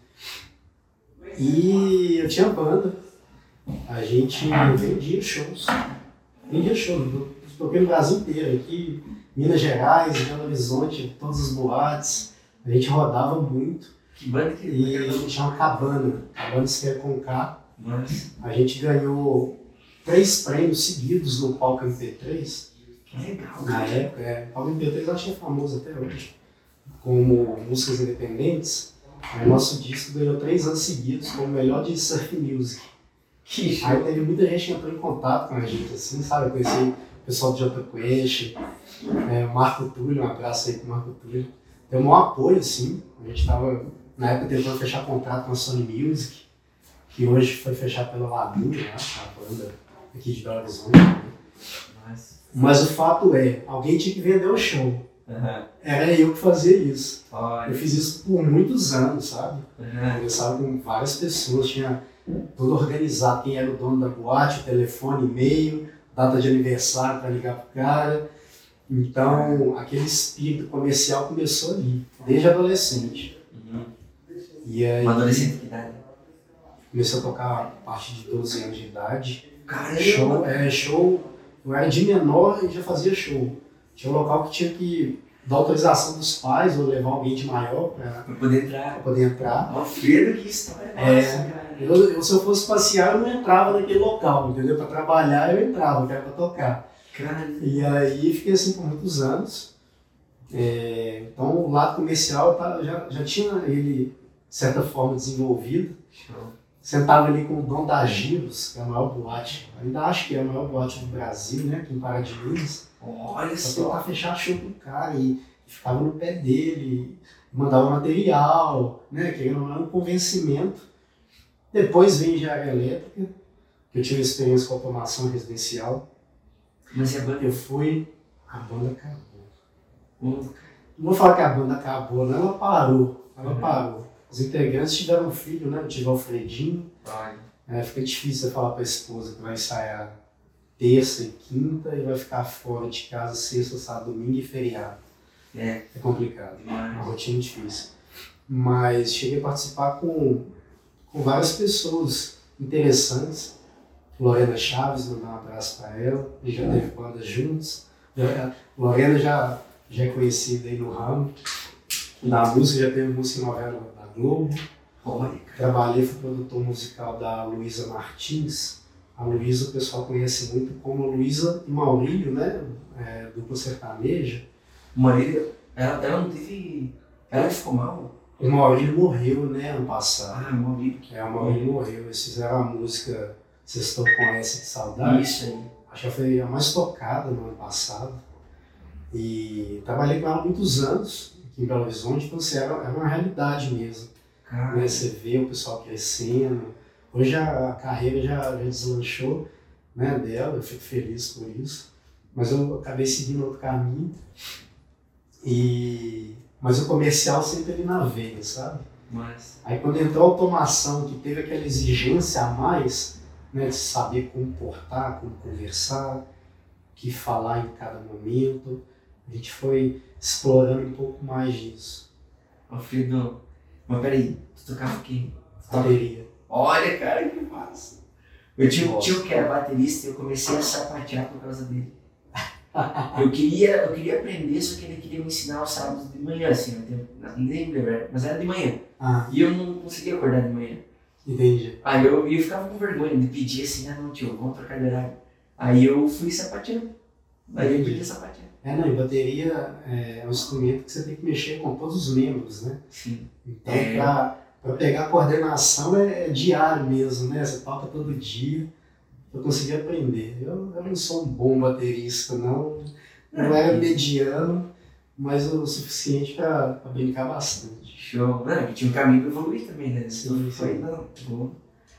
E eu tinha banda, a gente vendia shows, vendia shows, eu toquei no Brasil inteiro, aqui Minas Gerais, Belo Horizonte, todas as boates, a gente rodava muito. Que banda que E a gente chama Cabana, Cabana se quer com K. Mas... A gente ganhou três prêmios seguidos no palco M P três. Que legal. Na época, é. O palco M P três eu acho que é famoso até hoje. Como músicas independentes. Aí nosso disco ganhou três anos seguidos como melhor de surf music. Que show. Aí teve muita gente que entrou em contato com a gente, assim, sabe? Eu conheci o pessoal do Jota Quest, é, o Marco Túlio, um abraço aí pro Marco Túlio. Deu um maior apoio, assim. A gente tava, na época, tentando fechar contrato com a Sony Music, que hoje foi fechado pela Lagoa, né? A banda aqui de Belo Horizonte. Né? Mas... Mas o fato é, alguém tinha que vender o show. Uhum. Era eu que fazia isso. Olha. Eu fiz isso por muitos anos, sabe? Uhum. Conversava com várias pessoas, tinha tudo organizado, quem era o dono da boate, o telefone, e-mail, data de aniversário para ligar pro cara. Então, aquele espírito comercial começou ali, desde adolescente. Uhum. E aí, uma adolescente que idade? Comecei a tocar a partir de doze anos de idade. Caramba! Show, é, show, eu era de menor e já fazia show. Tinha um local que tinha que dar autorização dos pais ou levar alguém de maior para poder entrar. Pra poder entrar. Alfredo, que história é, nossa, cara. Eu, eu, se eu fosse passear, eu não entrava naquele local, entendeu? Para trabalhar, eu entrava, que era para tocar. Caramba. E aí fiquei assim por muitos anos. É, então o lado comercial tá, já, já tinha ele, de certa forma, desenvolvido. Show. Sentava ali com o dono da Giros, que é a maior boate, ainda acho que é a maior boate do Brasil, né? Aqui em Pará de Minas. Olha Pra só. tentar fechar show com o cara e, e ficava no pé dele, mandava material, né? Que era um convencimento. Depois vem engenharia elétrica, que eu tive experiência com automação residencial. Mas e a banda? Eu fui, a banda acabou. Hum. Não vou falar que a banda acabou, não, ela parou. Ela uhum. parou. Os integrantes tiveram um filho, né? Eu tive o Alfredinho. Ai. É, fica difícil você falar para a esposa que vai ensaiar terça e quinta e vai ficar fora de casa sexta, sábado, domingo e feriado. É. É complicado. Mas... uma rotina difícil. Mas cheguei a participar com, com várias pessoas interessantes. Lorena Chaves, mandar um abraço para ela. A gente já teve bandas juntos. Já, Lorena já, já é conhecida aí no ramo. Na música, já teve música em novela da Globo. Olha. Trabalhei, fui produtor musical da Luísa Martins. A Luísa o pessoal conhece muito como Luísa e Maurílio, né? É, dupla sertaneja. Maurílio, ela, ela não teve... Ela ficou mal? O Maurílio morreu, né, ano passado. Ah, o Maurílio. É, o Maurílio morreu. Eles fizeram a música vocês estão com essa de saudade. Isso aí. Acho que foi a mais tocada no ano passado. E trabalhei com ela há muitos anos aqui em Belo Horizonte, então assim, era, era uma realidade mesmo. Né? Você vê o pessoal crescendo. Hoje a, a carreira já, já deslanchou, né, dela, eu fico feliz por isso. Mas eu acabei seguindo outro caminho. E... Mas o comercial sempre ali na veia, sabe? Mas... Aí quando entrou a automação, que teve aquela exigência a mais, né, de saber como portar, como conversar, o que falar em cada momento, a gente foi explorando um pouco mais disso. Alfredo, mas peraí, tu tocava o quê? Bateria. Olha, cara, que massa. Eu tinha um tio que era baterista e eu comecei a sapatear por causa dele. Eu queria, eu queria aprender, só que ele queria me ensinar aos sábados de manhã, assim, eu nem lembro, mas era de manhã. Ah. E eu não conseguia acordar de manhã. Entendi. Aí eu, eu ficava com vergonha de pedir assim, ah não tio, vamos trocar de horário. Aí eu fui sapateando. Aí eu aprendi a sapatear. É, não, e bateria é um instrumento que você tem que mexer com todos os membros, né? Sim. Então, É. pra, pra pegar a coordenação é, é diário mesmo, né? Você toca todo dia. Eu consegui aprender. Eu, eu não sou um bom baterista, não. Não era mediano, mas o suficiente para brincar bastante. Show. Não, tinha um caminho para evoluir também, né? Sim, foi, sim. não, tipo,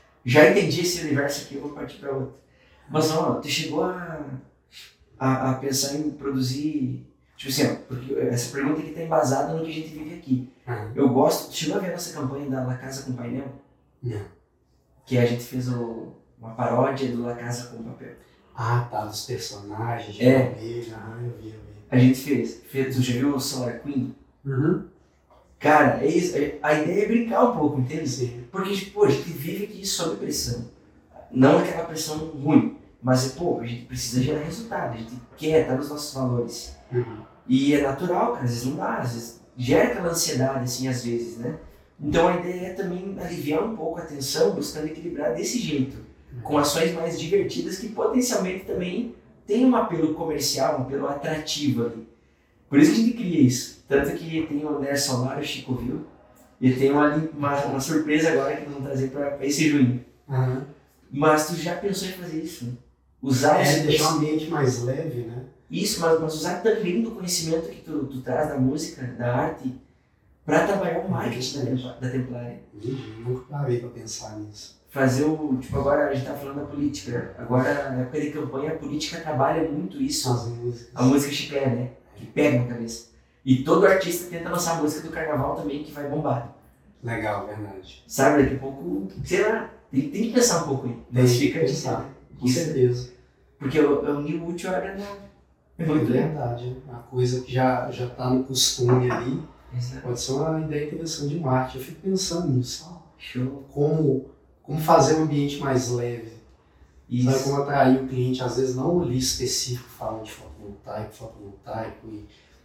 já entendi esse universo aqui, eu vou partir para outro. Mas, ó, tu chegou a, a, a pensar em produzir... Tipo assim, ó, porque essa pergunta aqui tá embasada no que a gente vive aqui. Ah. Eu gosto... Tu chegou a ver a nossa campanha da La Casa com Painel? Não. Que a gente fez o, uma paródia do La Casa com Papel. Ah, tá, dos personagens, de É. família, ah, eu vi, eu vi. A gente fez. fez tu já viu o Solar Queen? Uhum. Cara, é isso, é- a ideia é brincar um pouco, entende? Sim. Porque, tipo, pô, a gente vive aqui sob pressão. Não aquela pressão ruim, mas, pô, a gente precisa gerar resultado, a gente quer estar nos nossos valores. Uhum. E é natural, cara, às vezes não dá, às vezes gera aquela ansiedade, assim, às vezes, né? Então a ideia é também aliviar um pouco a tensão, buscando equilibrar desse jeito, com ações mais divertidas que potencialmente também tem um apelo comercial, um apelo atrativo ali. Por isso que a gente cria isso. Tanto que tem o Ner Solar, o Chico viu, e tem uma, uma, uma surpresa agora que nós vamos trazer para esse junho. Uhum. Mas tu já pensou em fazer isso, né? Usar É, esse, deixar o ambiente mais leve, né? isso, mas, mas usar também do conhecimento que tu, tu traz da música, da arte, para trabalhar o marketing da, Templa- da Templária. Entendi, nunca parei pra pensar nisso. Fazer o, tipo, agora a gente tá falando da política, agora na época de campanha a política trabalha muito isso, As músicas. a música chiclé, né? Que pega na cabeça. E todo artista tenta lançar a música do carnaval também que vai bombar. Legal, verdade. Sabe, daqui a pouco, sei lá, tem, tem que pensar um pouco aí. Tem Mas que fica de pensar, cena. com certeza. Porque é o unir o útil ao agradável. É É muito legal. verdade. Uma coisa que já já está no costume ali, Exato. pode ser uma ideia interessante de marketing. Eu fico pensando nisso. Show. Como, como fazer um ambiente mais leve. Sabe, Isso. como atrair o cliente, às vezes não ali específico, falando de fotovoltaico, fotovoltaico e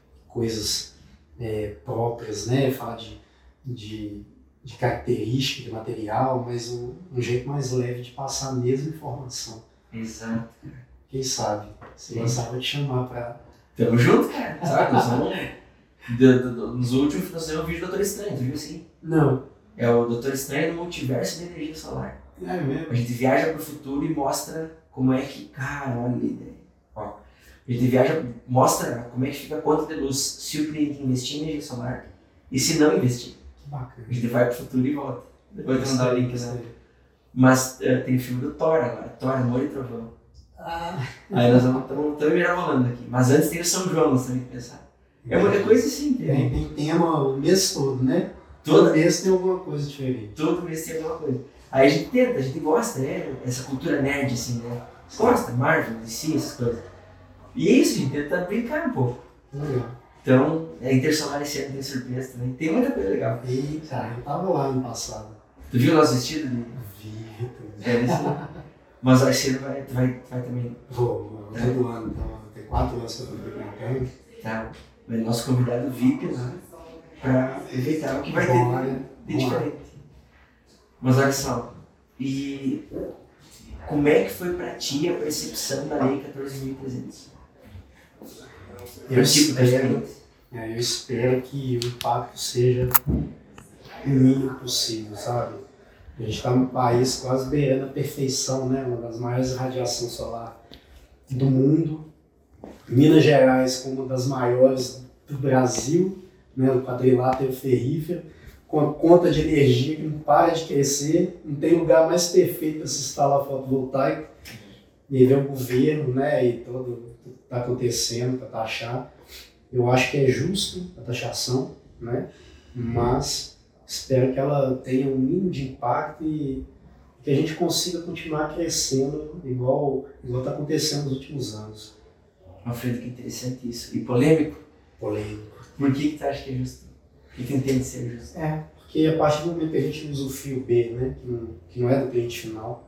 coisas é, próprias, né? Falar de, de, de característica de material, mas um, um jeito mais leve de passar a mesma informação. Exato. Quem sabe? Se Sim. lançar, vou te chamar para... Tamo junto, cara. Sabe, nós vamos... do- do- do- nos últimos, nós temos o vídeo do Doutor Estranho, tu viu assim? Não. É o Doutor Estranho no multiverso da energia solar. É mesmo? A gente viaja pro futuro e mostra como é que... Cara, olha a ideia. Ó, a gente viaja, mostra como é que fica a conta de luz se o cliente investir em energia solar e se não investir. Que bacana. A gente vai pro futuro e volta. Depois eu vou mandar o link, né? Gostei. Mas eh, tem o filme do Thor agora, Thor, Amor e Trovão. Ah, Aí nós vamos estamos rolando aqui. Mas antes tem o São João, nós temos que pensar. É uma coisa assim, tem, entendeu? tem tema o mês todo, né? Toda- Todo mês tem alguma coisa diferente. Todo mês tem alguma coisa. Aí a gente tenta, a gente gosta, né? Essa cultura nerd, assim, né? Gosta, Marvel, D C, essas coisas. E é isso, a gente tenta brincar um pouco. Legal. Então, a Intersolar esse ano tem surpresa também. Tem muita coisa legal. Eita, eu tava lá no passado. Tu viu o nosso vestido? De... Vi, É, esse ano. Mas ó, esse ano vai, tu vai, tu vai também. vou, vou todo ano, então tem quatro anos que eu tô frequentando. Tá? Vai nosso convidado V I P lá pra aproveitar o que vai ter Bom, de, né? de Vamos lá. diferente. Mas olha só, e como é que foi pra ti a percepção da Lei quatorze mil e trezentos? Eu tipo espero, diferente. é, eu espero que o impacto seja o mínimo possível, sabe? A gente está num país quase beirando a perfeição, né? Uma das maiores radiações solar do mundo. Minas Gerais, como uma das maiores do Brasil, né? O quadrilátero ferrífero, com a conta de energia que não para de crescer, não tem lugar mais perfeito para se instalar fotovoltaico. E aí vem o governo, né? E todo o que está acontecendo para taxar. Eu acho que é justo a taxação, né? Mas espero que ela tenha um mínimo de impacto e que a gente consiga continuar crescendo igual igual está acontecendo nos últimos anos. Alfredo, que interessante isso. E polêmico? Polêmico. Por que que tu acha que é justo? O que que entende ser justo? É, porque a partir do momento que a gente usa o fio B, né? Que não, que não é do cliente final,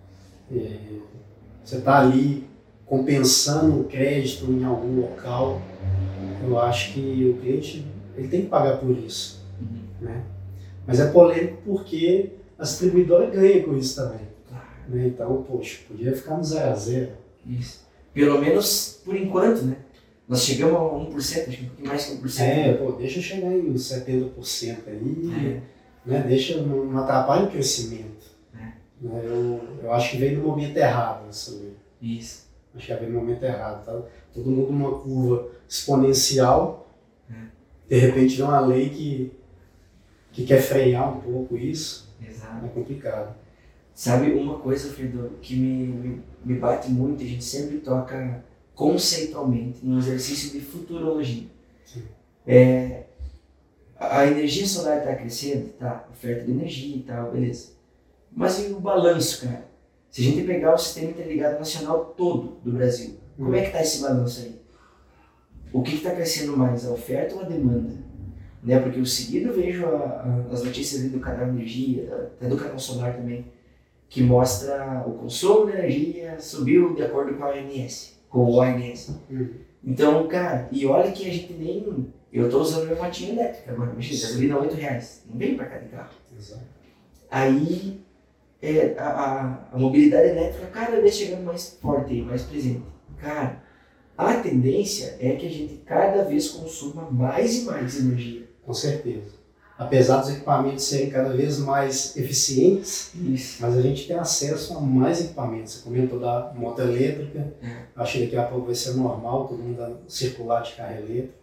é, você está ali compensando o crédito em algum local, eu acho que o cliente ele tem que pagar por isso. Uhum. Né? Mas é polêmico porque a distribuidora ganha com isso também. Claro. Né? Então, poxa, podia ficar no zero a zero. Isso. Pelo menos por enquanto, né? Nós chegamos a um por cento, acho que um pouquinho mais que um por cento. É, pô, deixa chegar em setenta por cento aí, É. né? Deixa, não, não atrapalha o crescimento. É. Né? Eu, eu acho que veio no momento errado isso aí. Isso. Acho que veio no momento errado. Tá? Todo mundo numa curva exponencial, É. de repente vem uma lei que, que quer frear um pouco isso. Exato. É complicado. Sabe uma coisa, Alfredo, que me, me, me bate muito, a gente sempre toca conceitualmente no exercício de futurologia. Sim. É, a a energia solar está crescendo, tá? Oferta de energia e tal, beleza. Mas e o balanço, cara? Se a gente pegar o sistema interligado nacional todo do Brasil, Hum. como é que está esse balanço aí? O que está crescendo mais, a oferta ou a demanda? Né? Porque eu seguido vejo a, a, as notícias ali do canal Energia, da- até do canal Solar também, que mostra o consumo de energia subiu de acordo com a O N S, com o O N S. Hum. Então, cara, e olha que a gente nem... Eu tô usando minha motinha elétrica agora, imagina, gasolina oito reais, não vem pra cá de carro. Exato. Aí, é, a, a, a mobilidade elétrica cada vez chegando mais forte, mais presente. Cara, a tendência é que a gente cada vez consuma mais e mais energia. Com certeza. Apesar dos equipamentos serem cada vez mais eficientes, Isso. mas a gente tem acesso a mais equipamentos. Você comentou da moto elétrica, É. acho que daqui a pouco vai ser normal todo mundo andar- circular de carro elétrico.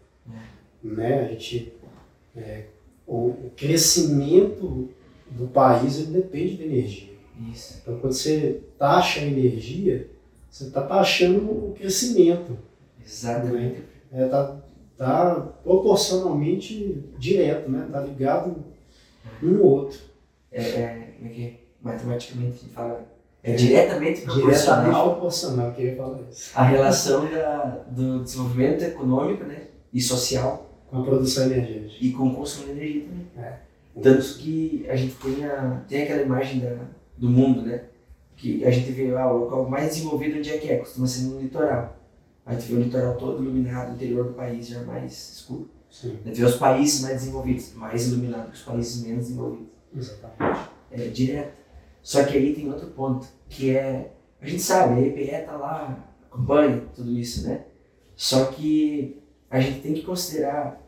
Né? A gente, é, o, o crescimento do país ele depende da energia. Isso. Então, quando você taxa a energia, você está taxando o crescimento. Exatamente. É, tá, tá proporcionalmente direto, né? Tá ligado um ao outro. É, é, como é que é? Matematicamente a gente fala. É diretamente Diretamente proporcional proporcional, eu queria falar isso. à relação da, do desenvolvimento econômico, né? E social Com a produção energética. e com o consumo de energia também. É. Tanto que a gente tem, a, tem aquela imagem da, do mundo, né? Que a gente vê ah, o local mais desenvolvido onde é que é, costuma ser no litoral. A gente vê o litoral todo iluminado, o interior do país já mais escuro. Sim, A gente vê os países mais desenvolvidos, mais iluminados que os países menos desenvolvidos. exatamente. É direto. Só que aí tem outro ponto, que é, a gente sabe, a E P E tá lá, acompanha tudo isso, né? Só que a gente tem que considerar,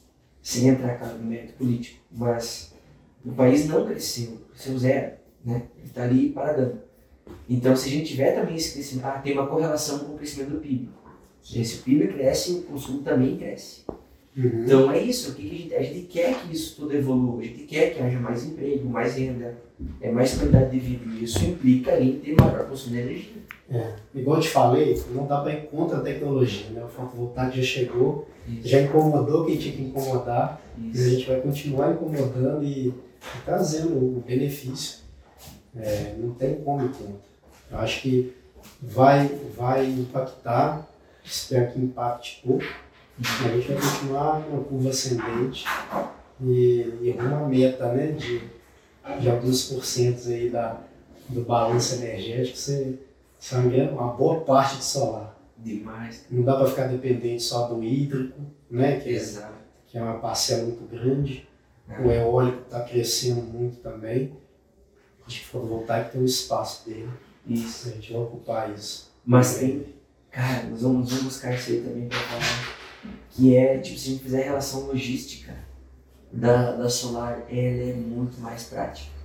sem entrar, cara, no mérito político, mas o país não cresceu, cresceu zero, né? Ele tá ali paradão. Então, se a gente tiver também esse crescimento, ah, tem uma correlação com o crescimento do P I B. Se o P I B cresce, o consumo também cresce. Uhum. Então é isso, o que que a gente, a gente quer que isso tudo evolua, a gente quer que haja mais emprego, mais renda, é mais qualidade de vida, e isso implica em ter maior consumo de energia. É. Igual eu te falei, não dá para ir contra a tecnologia, né? O fotovoltaico já chegou, Isso. já incomodou quem tinha que incomodar, e a Isso. gente vai continuar incomodando e, e trazendo o benefício. É, não tem como ir contra. Eu acho que vai, vai impactar, espero que impacte pouco. A gente vai continuar com uma curva ascendente e, e uma meta, né, de, de alguns porcentos aí da, do balanço energético ser, ser uma boa parte de solar. Demais. Não dá para ficar dependente só do hídrico, né, que, é, Exato. que é uma parcela muito grande. É. O eólico está crescendo muito também. Acho que o fotovoltaico tem um espaço dele. Isso. A gente vai ocupar isso. Mas tem, cara, nós vamos, vamos buscar isso aí também para falar, que é, tipo, se a gente fizer a relação logística da, da solar, ela é muito mais prática.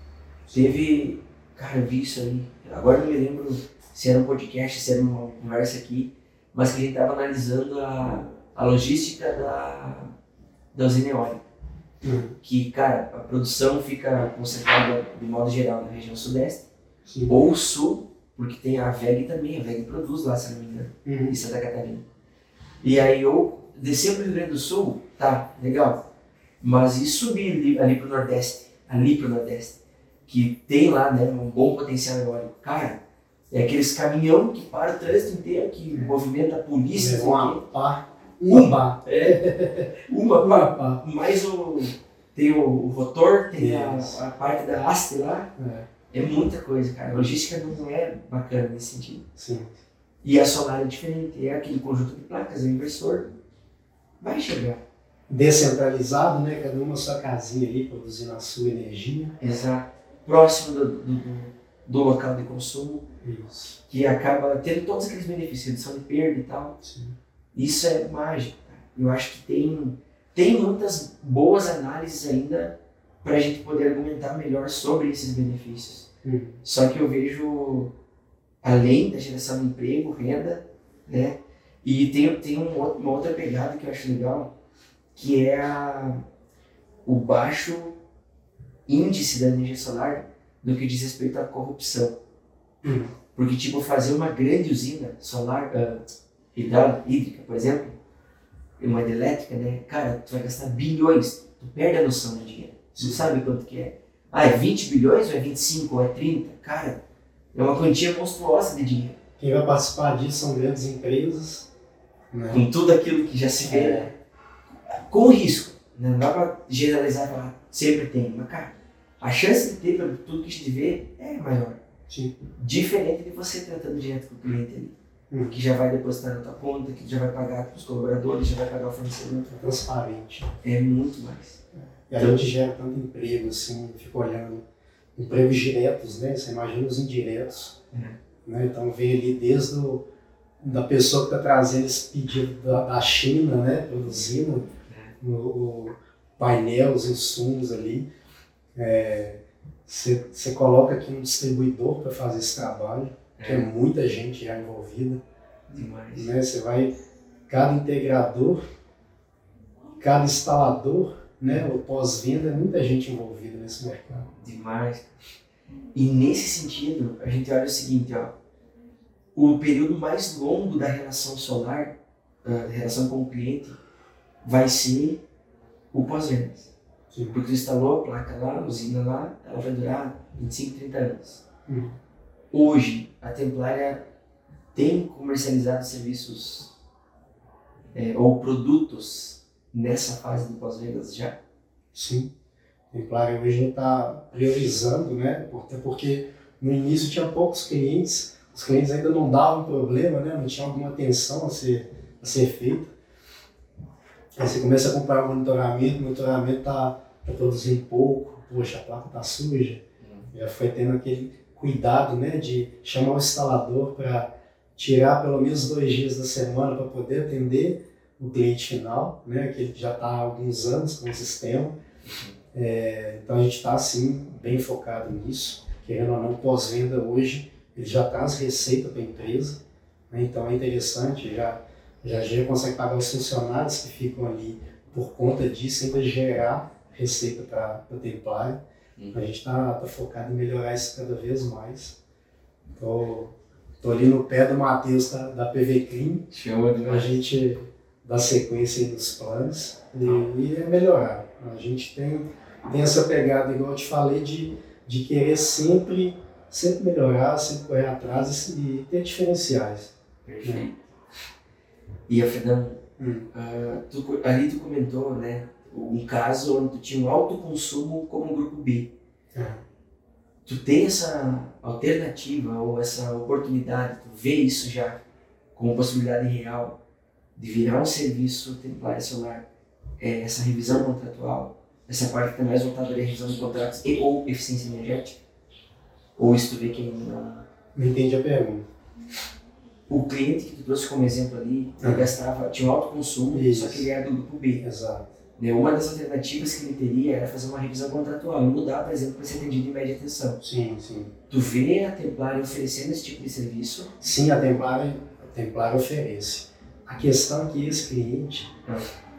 Teve, cara, eu vi isso aí, agora não me lembro se era um podcast, se era uma conversa aqui, mas que a gente estava analisando a, a logística da, da usina eólica. Uhum. Que, cara, a produção fica concentrada, de modo geral, na região sudeste, Sim. ou sul, porque tem a V E G também, a V E G produz lá, se não me engano, Uhum. em Santa Catarina. E aí, ou descer para o Rio Grande do Sul, tá, legal, mas e subir ali, ali para o Nordeste, ali para o Nordeste, que tem lá, né, um bom potencial eólico. Cara, é aqueles caminhão que para o trânsito inteiro, que movimenta a polícia. É uma pá. Uma. É. Uma Uma pá. pá. Mais o... Tem o, o rotor, tem a, Isso. a parte da haste lá. É. É muita coisa, cara. A logística não é bacana nesse sentido. Sim. E a solar é diferente. É aquele conjunto de placas, é o inversor. Vai chegar. Descentralizado, né? Cada uma sua casinha ali produzindo a sua energia. Exato. Próximo do, do, do, do local de consumo. Isso. Que acaba tendo todos aqueles benefícios, redução de perda e tal. Sim. Isso é mágico, cara. Eu acho que tem, tem muitas boas análises ainda para a gente poder argumentar melhor sobre esses benefícios. Uhum. Só que eu vejo, além da geração de emprego, renda, né? E tem, tem um, uma outra pegada que eu acho legal, que é a, o baixo índice da energia solar no que diz respeito à corrupção. Uhum. Porque, tipo, fazer uma grande usina solar, uh, hidráulica, hídrica, por exemplo, uma hidrelétrica, né? Cara, tu vai gastar bilhões, tu perde a noção do dinheiro. Tu não sabe quanto que é. Ah, é vinte bilhões, ou é vinte e cinco, ou é trinta? Cara, é uma quantia monstruosa de dinheiro. Quem vai participar disso são grandes empresas, né? Com tudo aquilo que já se vê, É. né? Com risco. Né? Não dá pra generalizar e falar, sempre tem. Mas, cara, a chance de ter pelo tudo que a gente vê é maior. Sim. Diferente de você tratando direto com o cliente ali. Hum. Que já vai depositar na tua conta, que já vai pagar para os colaboradores, já vai pagar o fornecedor. É transparente. É muito mais. E a Então, gente gera tanto emprego, assim, fica olhando empregos diretos, né? Você imagina os indiretos. Uhum. Né? Então vem ali desde o, da pessoa que está trazendo esse pedido da, da China, né? Produzindo o, o painel, os insumos ali. Você é, coloca aqui um distribuidor para fazer esse trabalho, que é muita gente já envolvida. Demais. Né? Você vai, cada integrador, cada instalador, né? O pós-venda, é muita gente envolvida nesse mercado. Demais. E nesse sentido, a gente olha o seguinte, ó, o período mais longo da relação solar, da relação com o cliente, vai ser o pós-vendas. Porque tu instalou a placa lá, a usina lá, ela vai durar vinte e cinco, trinta anos. Hum. Hoje, a Templária tem comercializado serviços é, ou produtos nessa fase de pós-vendas já? Sim. A Templária hoje está priorizando, né? Até porque no início tinha poucos clientes, os clientes ainda não davam problema, né? Não tinha alguma atenção a ser, a ser feita. Aí você começa a comprar o monitoramento, o monitoramento está tá produzindo pouco, poxa, a placa está suja. Hum. Já foi tendo aquele cuidado, né, de chamar o instalador para tirar pelo menos dois dias da semana para poder atender o cliente final, né, que ele já está há alguns anos com o sistema. É, então a gente está assim bem focado nisso, querendo ou não, pós-venda hoje ele já traz receita para a empresa, né, então é interessante, já, já já consegue pagar os funcionários que ficam ali por conta disso, ainda gerar receita para a Templária. A gente está tá focado em melhorar isso cada vez mais. Tô, tô ali no pé do Matheus da, da P V Clean. Show, a gente dá sequência aí nos planos e, e é melhorar. A gente tem, tem essa pegada, igual eu te falei, de, de querer sempre, sempre melhorar, sempre correr atrás e, e ter diferenciais. Perfeito. Né? E, Fernando, hum. uh, tu, ali tu comentou, né? Um caso onde tu tinha um alto consumo como grupo B. É. Tu tem essa alternativa ou essa oportunidade, tu vê isso já como possibilidade real de virar um serviço Templária Solar, é, essa revisão contratual, essa parte que está mais voltada à revisão de contratos e ou eficiência energética? Ou isso tu vê que ainda não... Não entendi a pergunta. O cliente que tu trouxe como exemplo ali, ele é. gastava, tinha um alto consumo, isso. Só que ele era do grupo B. Exato. Né? Uma das alternativas que ele teria era fazer uma revisão contratual e mudar, por exemplo, para ser atendido em média atenção. Sim, sim. Tu vê a Templária oferecendo esse tipo de serviço? Sim, a Templária, a Templária oferece. A questão é que esse cliente, ah.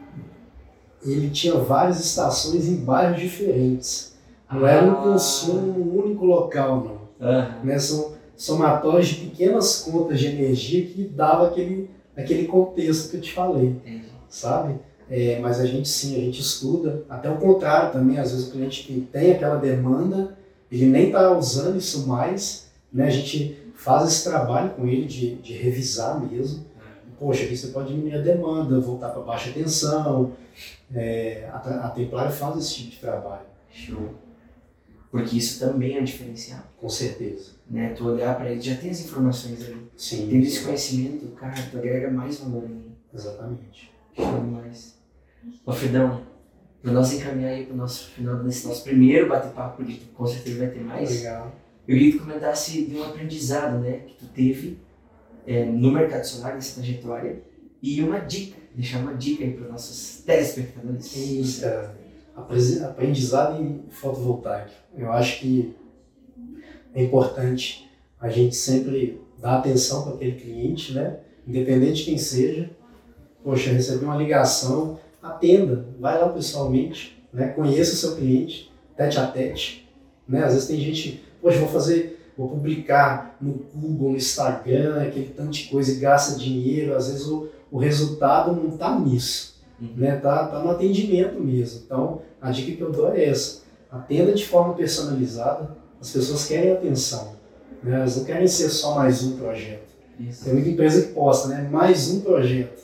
ele tinha várias estações em bairros diferentes. Não ah. era um consumo único local, não. Ah. Né? São somatórios de pequenas contas de energia que dava aquele, aquele contexto que eu te falei. Entendi. Sabe? É, mas a gente sim, a gente estuda. Até o contrário também, às vezes o cliente que tem aquela demanda, ele nem está usando isso mais, né? A gente faz esse trabalho com ele de, de revisar mesmo. Poxa, aqui você pode diminuir a demanda, voltar para baixa tensão. É, a, a Templária faz esse tipo de trabalho. Show. Porque isso também é um diferencial. Com certeza. Né? Tu olhar para ele, já tem as informações ali. Sim. Tendo esse conhecimento, cara, tu agrega mais valor em mim. Exatamente. Show demais. Ô Fredão, para nós encaminhar aí para o nosso final desse nosso primeiro bate-papo, porque com certeza vai ter mais. Legal. Eu queria que tu comentasse de um aprendizado, né, que tu teve é, no mercado solar, nessa trajetória, e uma dica, deixar uma dica aí para os nossos telespectadores. Isso, aprendizado em fotovoltaico. Eu acho que é importante a gente sempre dar atenção para aquele cliente, né, independente de quem seja. Poxa, receber uma ligação, atenda, vai lá pessoalmente, né? Conheça o seu cliente, tete a tete. Né? Às vezes tem gente, poxa, vou fazer, vou publicar no Google, no Instagram, aquele tanto de coisa e gasta dinheiro, às vezes o, o resultado não está nisso, uhum. né? tá, tá no atendimento mesmo. Então, a dica que eu dou é essa, atenda de forma personalizada, as pessoas querem atenção, né? Elas não querem ser só mais um projeto. Isso. Tem muita empresa que posta, né? Mais um projeto.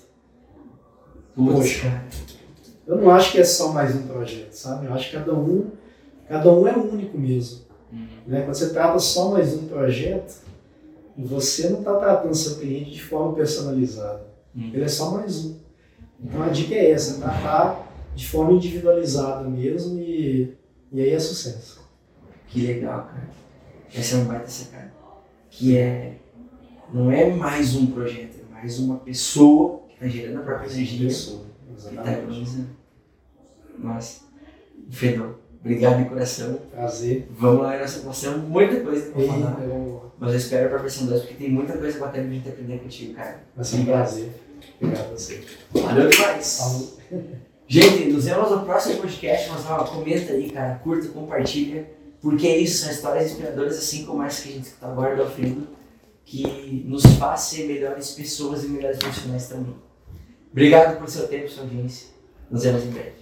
Poxa, eu não acho que é só mais um projeto, sabe? Eu acho que cada um, cada um é único mesmo. Uhum. Né? Quando você trata só mais um projeto, você não está tratando seu cliente de forma personalizada. Uhum. Ele é só mais um. Então a dica é essa, tratar de forma individualizada mesmo e, e aí é sucesso. Que legal, cara. Essa é uma baita sacada. Que é, não é mais um projeto, é mais uma pessoa está gerando a própria energia. Isso, exatamente. Nossa, Fredão, obrigado de coração. Prazer. Vamos lá, nossa noção, muita coisa para falar. Eu... Mas eu espero para a versão dois, porque tem muita coisa bacana pra gente aprender contigo, cara. Vai ser um prazer. Obrigado a você. Valeu demais. Falou. Gente, nos vemos no próximo podcast. Mas ó, comenta aí, cara, curta, compartilha. Porque é isso, são histórias inspiradoras, assim como essa que a gente escuta agora do Alfredo, que nos faz ser melhores pessoas e melhores profissionais também. Obrigado por seu tempo e sua audiência. Nos vemos em breve.